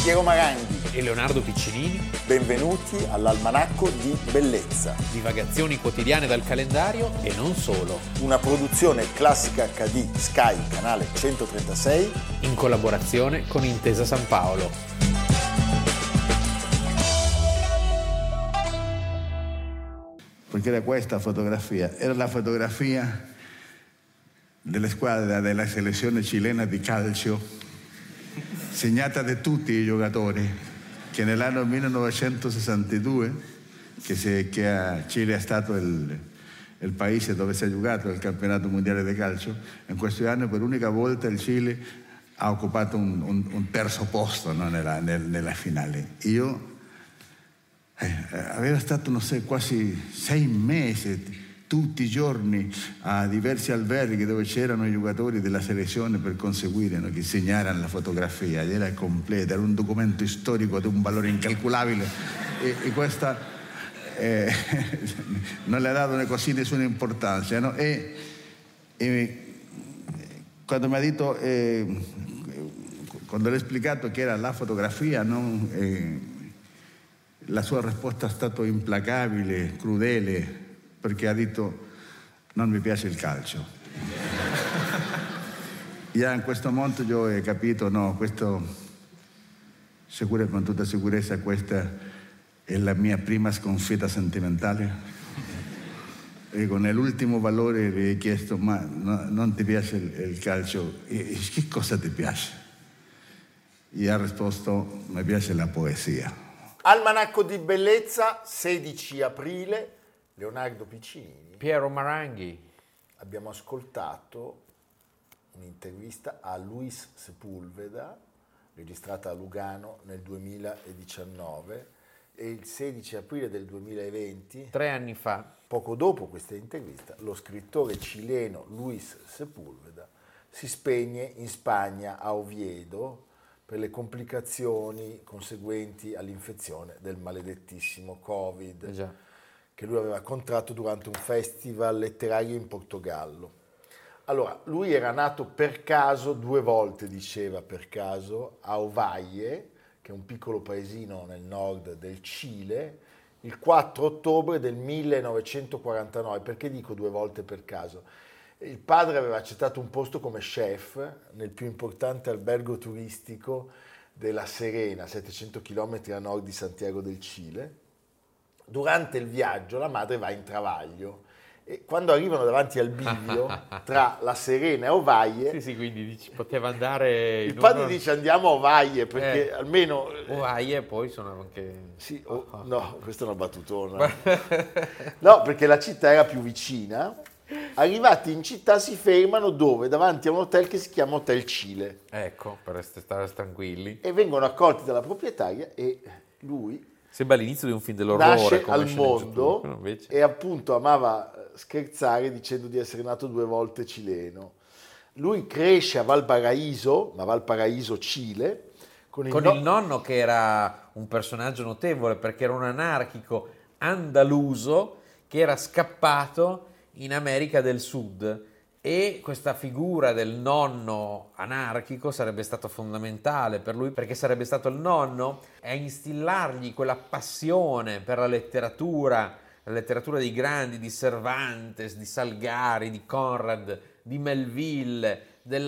Piero Maranghi e Leonardo Piccinini. Benvenuti all'Almanacco di Bellezza. Divagazioni quotidiane dal calendario e non solo. Una produzione Classica HD Sky, canale 136. In collaborazione con Intesa San Paolo. Perché era questa fotografia, era la fotografia della squadra della selezione cilena di calcio, segnata da tutti i giocatori, che nell'anno 1962, che Cile è stato il paese dove si è giocato il campionato mondiale di calcio, in questi anni per l'unica volta il Cile ha occupato un terzo posto, no, nella finale. Io aveva stato, non so, quasi 6 mesi, tutti i giorni, a diversi alberghi dove c'erano i giocatori della selezione per conseguire, no, che segnarono la fotografia. Era completa, era un documento storico di un valore incalcolabile e questa non le ha dato così nessuna importanza, no? E quando mi ha detto, quando le ho spiegato che era la fotografia, no, la sua risposta è stata implacabile, crudele, perché ha detto: non mi piace il calcio. Già in questo momento io ho capito, no, questo, con tutta sicurezza questa è la mia prima sconfitta sentimentale. E con l'ultimo valore le ho chiesto: ma non ti piace il calcio? E che cosa ti piace? E ha risposto: mi piace la poesia. Almanacco di Bellezza, 16 aprile, Leonardo Piccinini. Piero Maranghi. Abbiamo ascoltato un'intervista a Luis Sepúlveda, registrata a Lugano nel 2019, e il 16 aprile del 2020, 3 anni fa, poco dopo questa intervista, lo scrittore cileno Luis Sepúlveda si spegne in Spagna, a Oviedo, per le complicazioni conseguenti all'infezione del maledettissimo Covid, che lui aveva contratto durante un festival letterario in Portogallo. Allora, lui era nato per caso, 2 volte diceva per caso, a Ovalle, che è un piccolo paesino nel nord del Cile, il 4 ottobre del 1949. Perché dico 2 volte per caso? Il padre aveva accettato un posto come chef nel più importante albergo turistico della Serena, 700 km a nord di Santiago del Cile. Durante il viaggio la madre va in travaglio e quando arrivano davanti al bivio tra la Serena e Ovalle, sì, quindi poteva andare il padre dice: andiamo a Ovalle perché almeno Ovalle poi sono anche no, questa è una battutona. No, perché la città era più vicina. Arrivati in città si fermano dove? Davanti a un hotel che si chiama Hotel Cile. Ecco, per stare tranquilli. E vengono accolti dalla proprietaria e lui sembra l'inizio di un film dell'orrore. Nasce al mondo e appunto amava scherzare dicendo di essere nato 2 volte cileno. Lui cresce a Valparaíso, ma Valparaíso, Cile, con il nonno che era un personaggio notevole perché era un anarchico andaluso che era scappato in America del Sud, e questa figura del nonno anarchico sarebbe stata fondamentale per lui, perché sarebbe stato il nonno a instillargli quella passione per la letteratura dei grandi, di Cervantes, di Salgari, di Conrad, di Melville,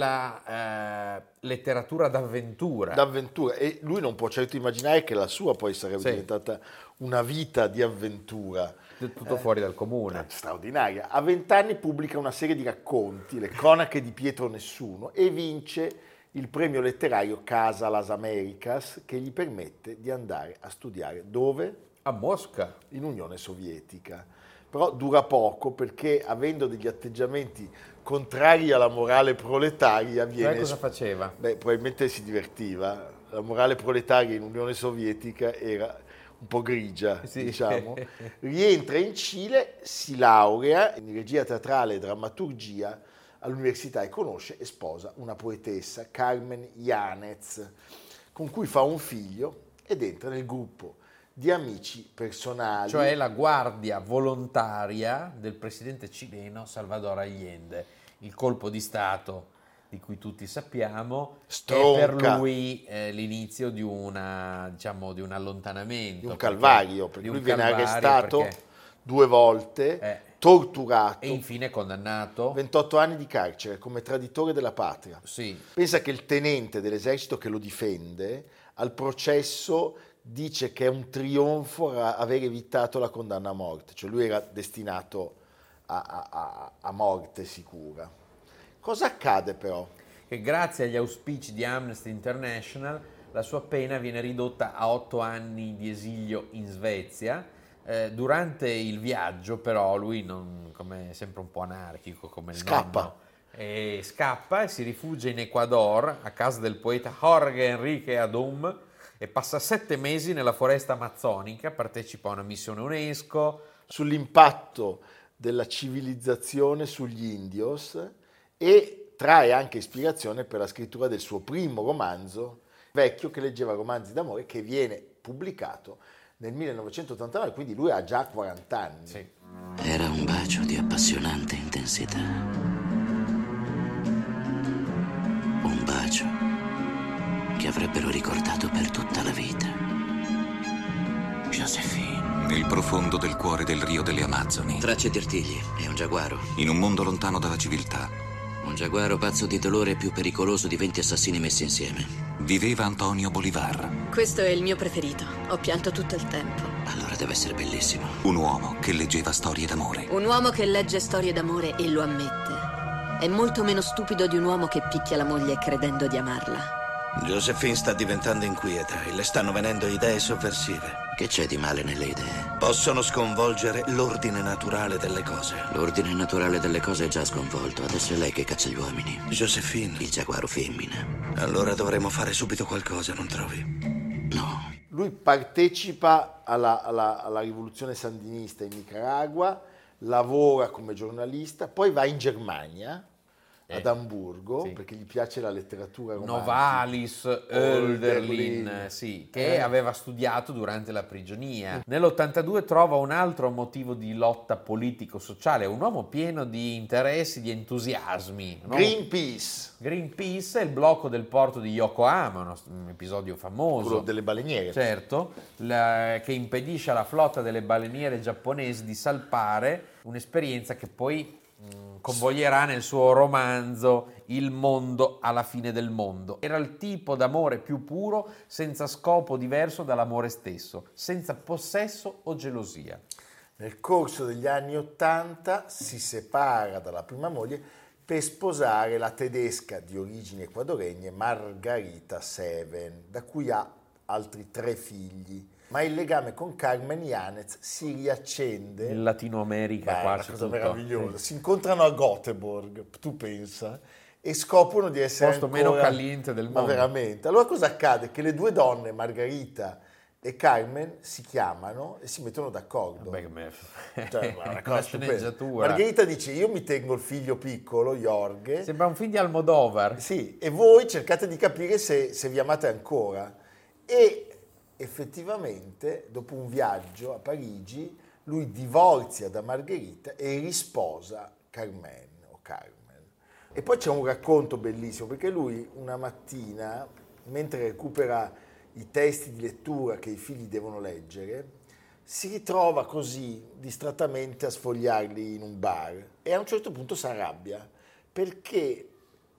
della letteratura d'avventura. E lui non può certo immaginare che la sua poi sarebbe diventata una vita di avventura. Tutto fuori dal comune. Straordinaria. A 20 anni pubblica una serie di racconti, Le cronache di Pietro Nessuno, e vince il premio letterario Casa Las Américas, che gli permette di andare a studiare dove? A Mosca. In Unione Sovietica. Però dura poco perché, avendo degli atteggiamenti contrari alla morale proletaria, cosa faceva? Probabilmente si divertiva. La morale proletaria in Unione Sovietica era un po' grigia, diciamo. Rientra in Cile, si laurea in regia teatrale e drammaturgia all'università e conosce e sposa una poetessa, Carmen Yanez, con cui fa un figlio ed entra nel gruppo di amici personali. Cioè la guardia volontaria del presidente cileno Salvador Allende, il colpo di Stato di cui tutti sappiamo, Stronca. è per lui l'inizio di di un allontanamento. Di un calvario, perché lui viene arrestato 2 volte, torturato, e infine condannato. 28 anni di carcere come traditore della patria. Sì. Pensa che il tenente dell'esercito che lo difende al processo dice che è un trionfo aver evitato la condanna a morte, cioè lui era destinato a morte sicura. Cosa accade però? Che grazie agli auspici di Amnesty International la sua pena viene ridotta a 8 anni di esilio in Svezia. Durante il viaggio però lui, come sempre un po' anarchico come il Scappa. nonno, scappa e si rifugia in Ecuador a casa del poeta Jorge Enrique Adum e passa 7 mesi nella foresta amazzonica, partecipa a una missione UNESCO sull'impatto della civilizzazione sugli indios e trae anche ispirazione per la scrittura del suo primo romanzo, Vecchio che leggeva romanzi d'amore, che viene pubblicato nel 1989, quindi lui ha già 40 anni. Sì. Era un bacio di appassionante intensità. Un bacio che avrebbero ricordato per tutta la vita. Josephine. Nel profondo del cuore del Rio delle Amazzoni. Tracce di artigli e un giaguaro. In un mondo lontano dalla civiltà. Un giaguaro pazzo di dolore più pericoloso di 20 assassini messi insieme. Viveva Antonio Bolivar. Questo è il mio preferito. Ho pianto tutto il tempo. Allora deve essere bellissimo. Un uomo che leggeva storie d'amore. Un uomo che legge storie d'amore e lo ammette è molto meno stupido di un uomo che picchia la moglie credendo di amarla. Josephine sta diventando inquieta e le stanno venendo idee sovversive. Che c'è di male nelle idee? Possono sconvolgere l'ordine naturale delle cose. L'ordine naturale delle cose è già sconvolto. Adesso è lei che caccia gli uomini. Josephine. Il giaguaro femmina. Allora dovremmo fare subito qualcosa, non trovi? No. Lui partecipa alla rivoluzione sandinista in Nicaragua, lavora come giornalista, poi va in Germania, ad Amburgo, sì. perché gli piace la letteratura romantica. Novalis, Hölderlin, sì, che aveva studiato durante la prigionia. Nell'82 trova un altro motivo di lotta politico-sociale, un uomo pieno di interessi, di entusiasmi. Greenpeace è il blocco del porto di Yokohama, un episodio famoso. Quello delle baleniere. Certo, che impedisce alla flotta delle baleniere giapponesi di salpare, un'esperienza che poi convoglierà nel suo romanzo Il mondo alla fine del mondo. Era il tipo d'amore più puro, senza scopo diverso dall'amore stesso, senza possesso o gelosia. Nel corso degli anni '80 si separa dalla prima moglie per sposare la tedesca di origini ecuadoregne Margarita Seven, da cui ha altri 3 figli. Ma il legame con Carmen Yanez si riaccende. In Latino America qua c'è cosa tutto. meravigliosa. Si incontrano a Göteborg, tu pensa, e scoprono di essere posto ancora... meno caliente del mondo. Ma veramente. Allora cosa accade? Che le 2 donne, Margarita e Carmen, si chiamano e si mettono d'accordo. Cioè, una sceneggiatura. Margherita dice: io mi tengo il figlio piccolo, Jorge. Sembra un film di Almodovar. Sì, e voi cercate di capire se vi amate ancora. E effettivamente, dopo un viaggio a Parigi, lui divorzia da Margherita e risposa Carmen. E poi c'è un racconto bellissimo, perché lui una mattina, mentre recupera i testi di lettura che i figli devono leggere, si ritrova così distrattamente a sfogliarli in un bar e a un certo punto si arrabbia, perché,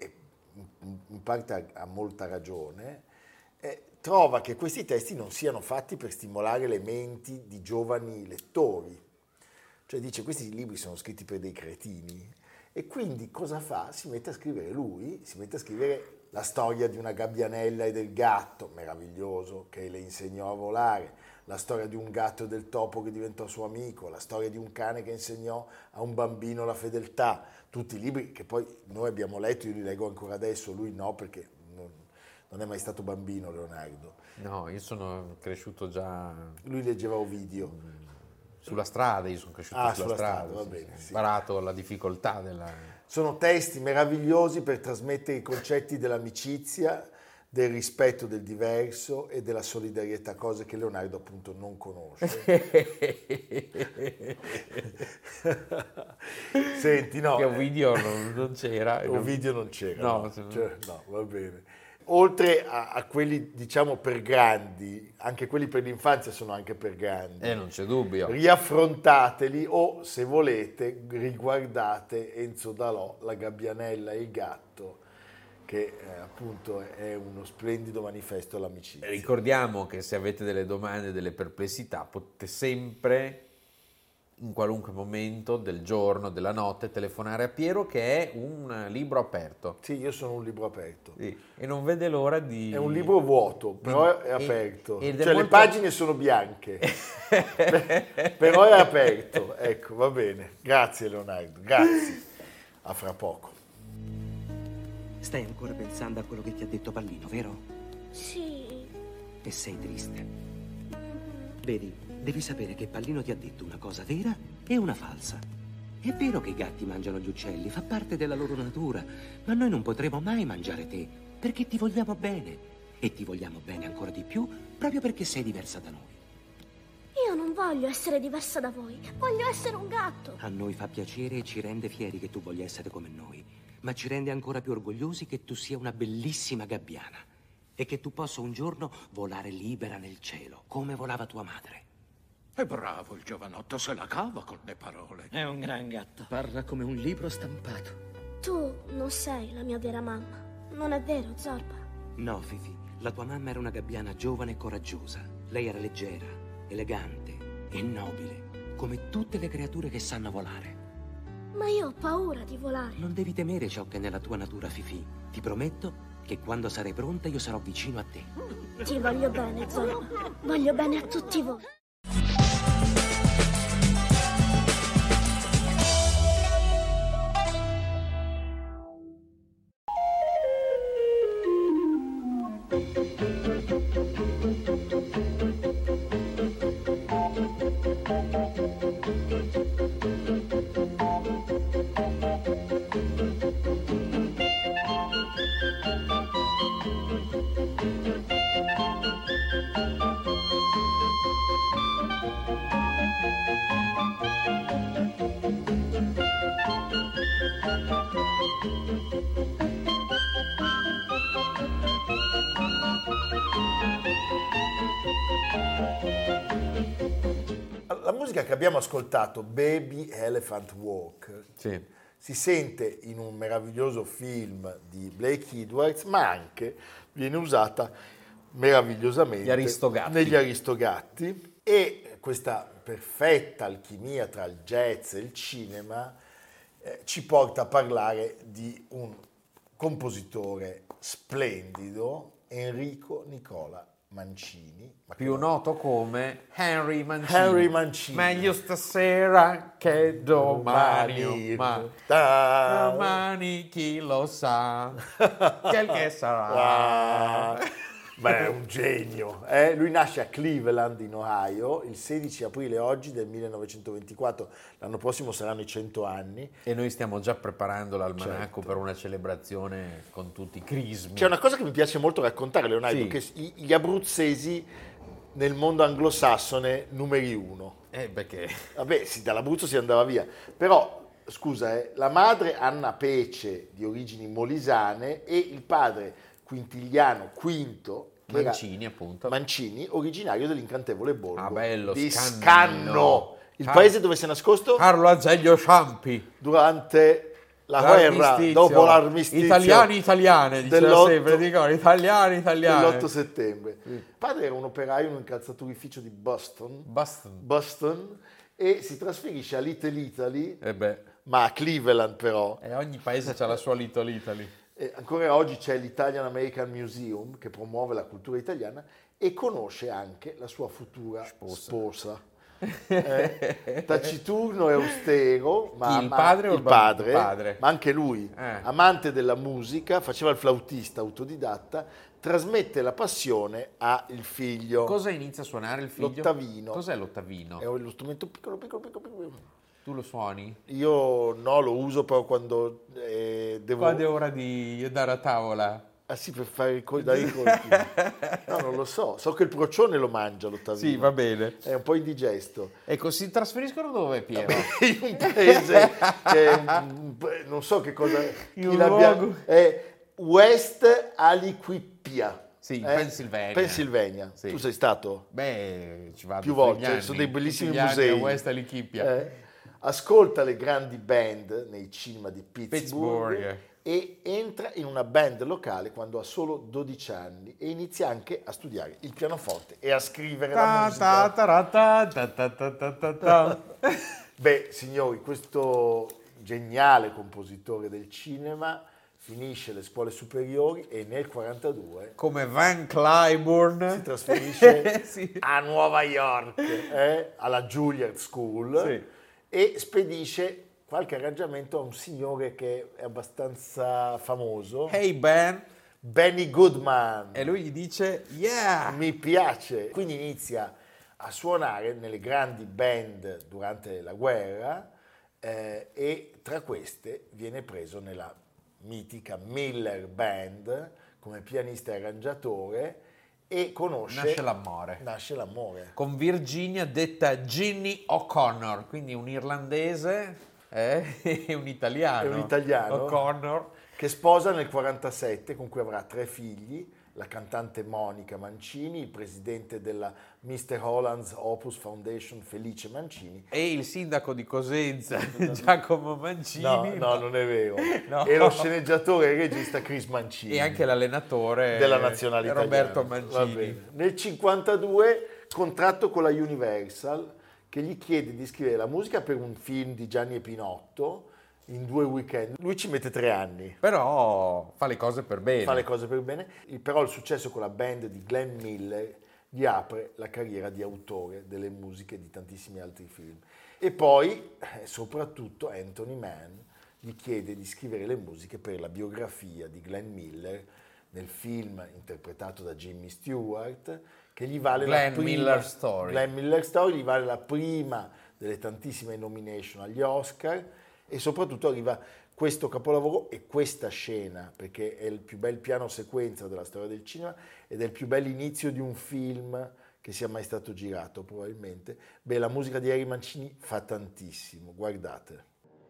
in parte ha molta ragione, trova che questi testi non siano fatti per stimolare le menti di giovani lettori. Cioè dice: questi libri sono scritti per dei cretini. E quindi cosa fa? Si mette a scrivere lui, si mette a scrivere la storia di una gabbianella e del gatto, meraviglioso, che le insegnò a volare, la storia di un gatto e del topo che diventò suo amico, la storia di un cane che insegnò a un bambino la fedeltà. Tutti i libri che poi noi abbiamo letto, io li leggo ancora adesso, lui no, perché non è mai stato bambino, Leonardo. No, io sono cresciuto già... Lui leggeva Ovidio. Sulla strada, io sono cresciuto sulla strada, va bene, sì. Ho imparato la difficoltà della... Sono testi meravigliosi per trasmettere i concetti dell'amicizia, del rispetto del diverso e della solidarietà, cose che Leonardo appunto non conosce. Senti, no. Che Ovidio non c'era. Ovidio non c'era. No, no, va bene. Oltre a quelli, diciamo, per grandi, anche quelli per l'infanzia sono anche per grandi. Non c'è dubbio. Riaffrontateli o, se volete, riguardate Enzo Dalò, La gabbianella e il gatto, che appunto è uno splendido manifesto all'amicizia. Ricordiamo che se avete delle domande, delle perplessità, potete sempre, in qualunque momento del giorno, della notte, telefonare a Piero, che è un libro aperto. Sì, io sono un libro aperto. Sì, e non vede l'ora di... È un libro vuoto, però è aperto. ed è cioè molto... le pagine sono bianche, però è aperto. Ecco, va bene. Grazie Leonardo, grazie. A fra poco. Stai ancora pensando a quello che ti ha detto Pallino, vero? Sì. E sei triste. Vedi, devi sapere che Pallino ti ha detto una cosa vera e una falsa. È vero che i gatti mangiano gli uccelli, fa parte della loro natura, ma noi non potremo mai mangiare te, perché ti vogliamo bene. E ti vogliamo bene ancora di più, proprio perché sei diversa da noi. Io non voglio essere diversa da voi, voglio essere un gatto. A noi fa piacere e ci rende fieri che tu voglia essere come noi, ma ci rende ancora più orgogliosi che tu sia una bellissima gabbiana e che tu possa un giorno volare libera nel cielo, come volava tua madre. È bravo il giovanotto, se la cava con le parole. È un gran gatto. Parla come un libro stampato. Tu non sei la mia vera mamma, non è vero, Zorba? No, Fifi, la tua mamma era una gabbiana giovane e coraggiosa. Lei era leggera, elegante e nobile, come tutte le creature che sanno volare. Ma io ho paura di volare. Non devi temere ciò che è nella tua natura, Fifi. Ti prometto che quando sarai pronta io sarò vicino a te. Ti voglio bene, Zorba. Voglio bene a tutti voi. La musica che abbiamo ascoltato, Baby Elephant Walk, Sì. si sente in un meraviglioso film di Blake Edwards, ma anche viene usata meravigliosamente Gli Aristogatti. negli Aristogatti, e questa perfetta alchimia tra il jazz e il cinema ci porta a parlare di un compositore splendido, Enrico Nicola Mancini, ma Più noto come Henry Mancini. Henry Mancini. Meglio stasera che domani, ma domani chi lo sa, quel che sarà. Beh, è un genio. Lui nasce a Cleveland, in Ohio, il 16 aprile oggi del 1924. L'anno prossimo saranno i 100 anni. E noi stiamo già preparando l'almanacco Certo. per una celebrazione con tutti i crismi. C'è una cosa che mi piace molto raccontare, Leonardo, Sì. che gli abruzzesi nel mondo anglosassone numeri uno. Perché? Vabbè, sì, dall'Abruzzo si andava via. Però, scusa, la madre Anna Pece, di origini molisane, e il padre Quintiliano V, che Mancini, appunto. Mancini, originario dell'incantevole borgo bello, di Scannino. Scanno, il paese dove si è nascosto Carlo Azeglio Ciampi. durante la guerra, L'armistizio. dopo l'armistizio. Italiani, italiane, diceva dell'8 sempre, dico, italiani, italiani. dell'8 settembre. Il padre era un operaio in un calzaturificio di Boston, e si trasferisce a Little Italy, ma a Cleveland però. E ogni paese ha la sua Little Italy. E ancora oggi c'è l'Italian American Museum che promuove la cultura italiana, e conosce anche la sua futura sposa. Taciturno e austero, ma Chi, il padre o il padre, padre? ma anche lui, amante della musica, faceva il flautista autodidatta, trasmette la passione al figlio. Cosa inizia a suonare il figlio? L'ottavino. Cos'è l'ottavino? È lo strumento piccolo. Tu lo suoni? Io no, lo uso però quando devo... Quando è ora di andare a tavola? Ah sì, per fare dare i colpi. No, non lo so. So che il procione lo mangia l'Ottavino. Sì, va bene. È un po' indigesto. Ecco, si trasferiscono dove, Piero? In un paese che non so che cosa... In un luogo... È West Aliquipia. Sì, Pennsylvania. Pennsylvania. Sì. Tu sei stato? Beh, ci vado più volte. Sono dei bellissimi musei. A West Aliquipia. Ascolta le grandi band nei cinema di Pittsburgh. E entra in una band locale quando ha solo 12 anni e inizia anche a studiare il pianoforte e a scrivere la musica. Beh, signori, questo geniale compositore del cinema finisce le scuole superiori e nel 1942 come Van Cliburn si trasferisce a Nuova York, alla Juilliard School, e spedisce qualche arrangiamento a un signore che è abbastanza famoso. Hey Ben! Benny Goodman. E lui gli dice, yeah! Mi piace. Quindi inizia a suonare nelle grandi band durante la guerra e tra queste viene preso nella mitica Miller Band come pianista e arrangiatore e conosce... Nasce l'amore. Con Virginia detta Ginny O'Connor, quindi un irlandese... e un italiano. È un italiano O'Connor, che sposa nel 1947, con cui avrà 3 figli, la cantante Monica Mancini, il presidente della Mr. Holland's Opus Foundation Felice Mancini e il sindaco di Cosenza Giacomo Mancini. No, non è vero. No. E lo sceneggiatore e il regista Chris Mancini. E anche l'allenatore della nazionale Roberto italiana. Mancini. Nel 1952 contratto con la Universal, che gli chiede di scrivere la musica per un film di Gianni e Pinotto in 2 weekend. Lui ci mette 3 anni. Però fa le cose per bene. Però il successo con la band di Glenn Miller gli apre la carriera di autore delle musiche di tantissimi altri film. E poi, soprattutto, Anthony Mann gli chiede di scrivere le musiche per la biografia di Glenn Miller nel film interpretato da Jimmy Stewart, che gli vale Glenn Miller Story, gli vale la prima delle tantissime nomination agli Oscar e soprattutto arriva questo capolavoro e questa scena, perché è il più bel piano sequenza della storia del cinema ed è il più bel inizio di un film che sia mai stato girato probabilmente. Beh, la musica di Harry Mancini fa tantissimo, guardate.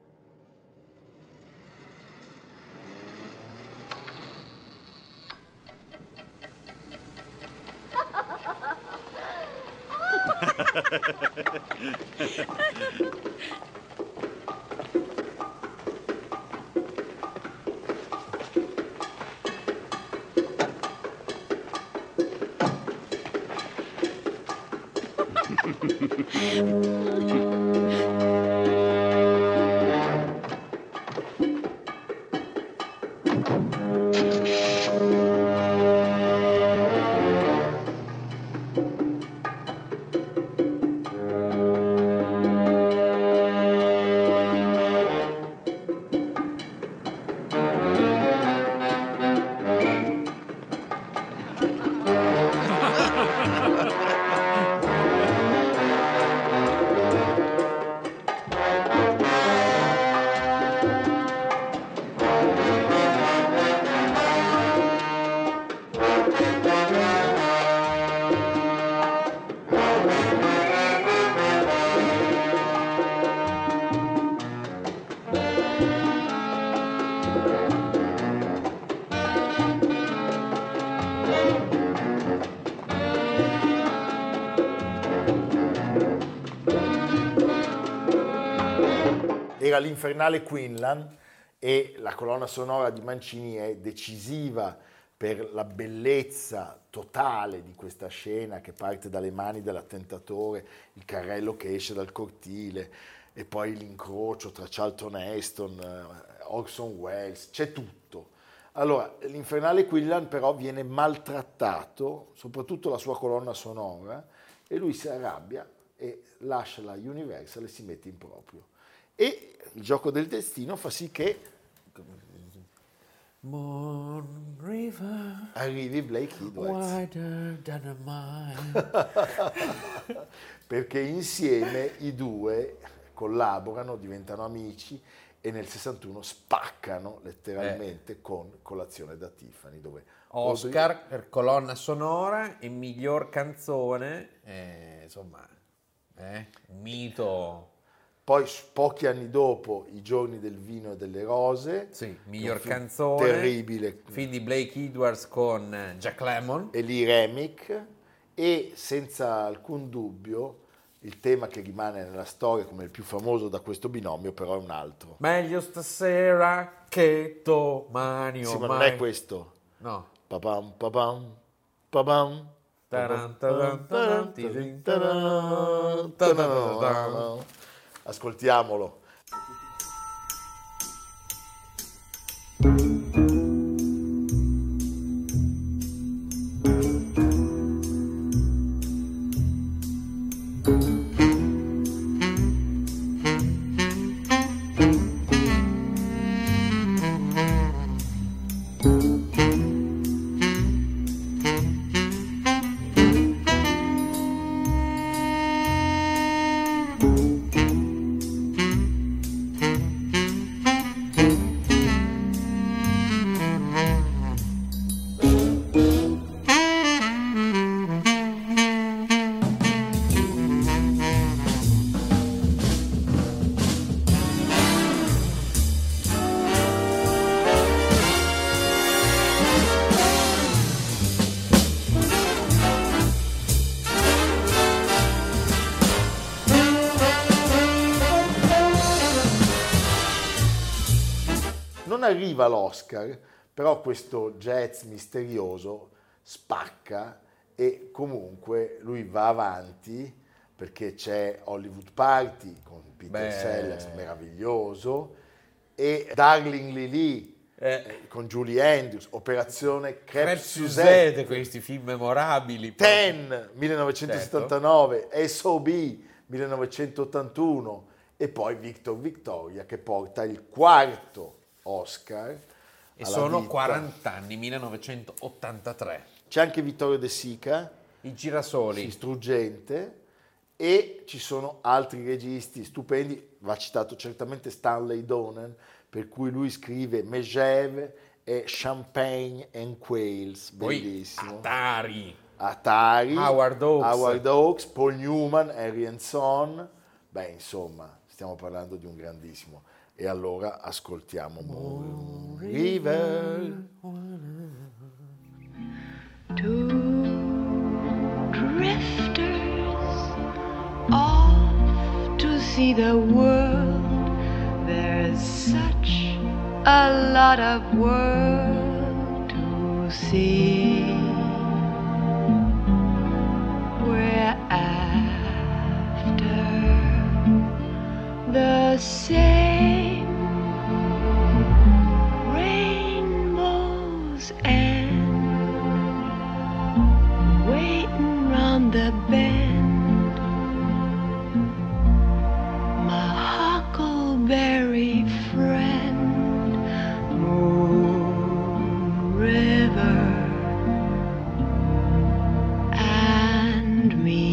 Era l'Infernale Quinlan e la colonna sonora di Mancini è decisiva per la bellezza totale di questa scena che parte dalle mani dell'attentatore, il carrello che esce dal cortile e poi l'incrocio tra Charlton Heston, Orson Welles, c'è tutto. Allora, l'Infernale Quinlan però viene maltrattato, soprattutto la sua colonna sonora, e lui si arrabbia e lascia la Universal e si mette in proprio. E il gioco del destino fa sì che Moon River arrivi Blake Edwards. Wider than a mile. Perché insieme i due collaborano, diventano amici e nel 61 spaccano letteralmente con Colazione da Tiffany, dove Oscar per colonna sonora e miglior canzone, insomma, un mito. Poi pochi anni dopo I giorni del vino e delle rose, sì, miglior canzone, terribile, film di Blake Edwards con Jack Lemmon e Lee Remick, e senza alcun dubbio il tema che rimane nella storia come il più famoso da questo binomio, però è un altro. Meglio stasera che domani. Sì, ma non è questo. No. Papam papam papam. Ascoltiamolo. Non arriva l'Oscar, però questo jazz misterioso spacca e comunque lui va avanti perché c'è Hollywood Party con Peter Sellers, meraviglioso, e Darling Lili con Julie Andrews, Operazione Crêpes Suzette, questi film memorabili. Ten, 1979, certo. SOB, 1981, e poi Victor Victoria che porta il quarto Oscar. E sono 40 anni, 1983. C'è anche Vittorio De Sica, I girasoli, sì, struggente, e ci sono altri registi stupendi. Va citato certamente Stanley Donen, per cui lui scrive Megève e Champagne and Quails, bellissimo. Atari, Howard Hawks, Paul Newman, Harry and Son. Beh, insomma, stiamo parlando di un grandissimo. E allora ascoltiamo Moon River. Two drifters off to see the world. There's such a lot of world to see. We're after the same rainbows and waiting round the bend. My huckleberry friend, Moon River and me.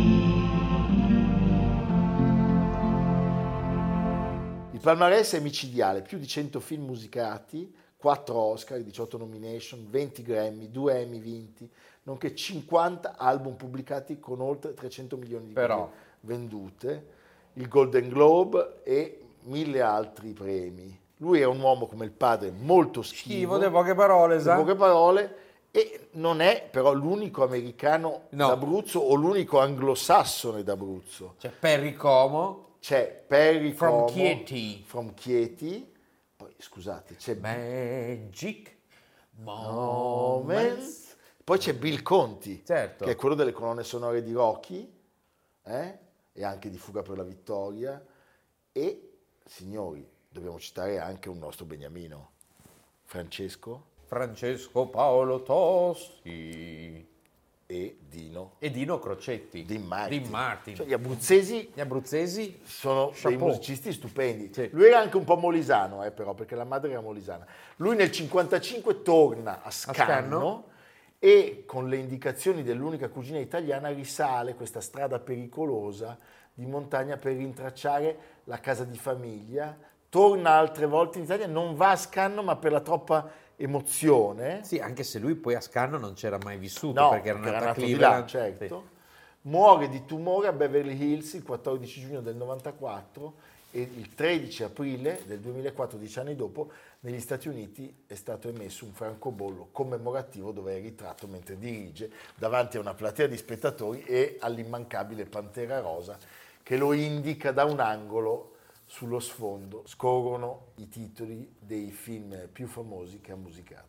Il palmarès è micidiale, più di 100 film musicati, 4 Oscar, 18 nomination, 20 Grammy, 2 Emmy vinti, nonché 50 album pubblicati con oltre 300 milioni di copie vendute, il Golden Globe e 1000 altri premi. Lui era un uomo come il padre, molto schivo, di poche parole, e non è però l'unico americano d'Abruzzo o l'unico anglosassone d'Abruzzo. C'è Perry Como. C'è Perry From Como, Chieti. From Chieti. Poi scusate, c'è Magic Moments. Poi c'è Bill Conti, certo, che è quello delle colonne sonore di Rocky, e anche di Fuga per la vittoria. E, signori, dobbiamo citare anche un nostro beniamino, Francesco Paolo Tosti e Dino Crocetti, Dean Martin. Cioè, gli abruzzesi sono dei musicisti stupendi. Sì. Lui era anche un po' molisano, però, perché la madre era molisana. Lui nel 1955 torna a Scanno e con le indicazioni dell'unica cugina italiana risale questa strada pericolosa di montagna per rintracciare la casa di famiglia, torna altre volte in Italia, non va a Scanno ma per la troppa emozione. Sì, anche se lui poi a Scanno non c'era mai vissuto, No, perché era nato a di Cleveland. là, certo. Sì. Muore di tumore a Beverly Hills il 14 giugno del 94 e il 13 aprile del 2004, 10 anni dopo, negli Stati Uniti è stato emesso un francobollo commemorativo dove è ritratto mentre dirige davanti a una platea di spettatori e all'immancabile Pantera Rosa che lo indica da un angolo sullo sfondo. Scorrono i titoli dei film più famosi che ha musicato.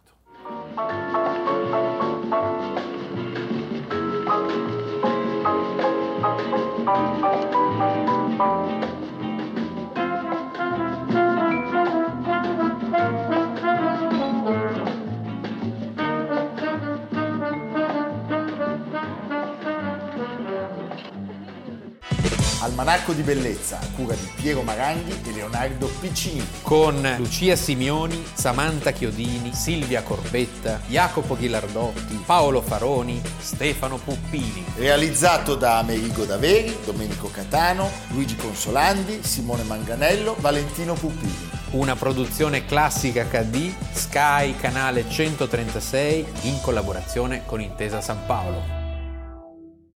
Almanacco di bellezza a cura di Piero Maranghi e Leonardo Piccini. Con Lucia Simioni, Samantha Chiodini, Silvia Corbetta, Jacopo Ghilardotti, Paolo Faroni, Stefano Puppini. Realizzato da Amerigo Daveri, Domenico Catano, Luigi Consolandi, Simone Manganello, Valentino Puppini. Una produzione Classica HD, Sky Canale 136 in collaborazione con Intesa San Paolo.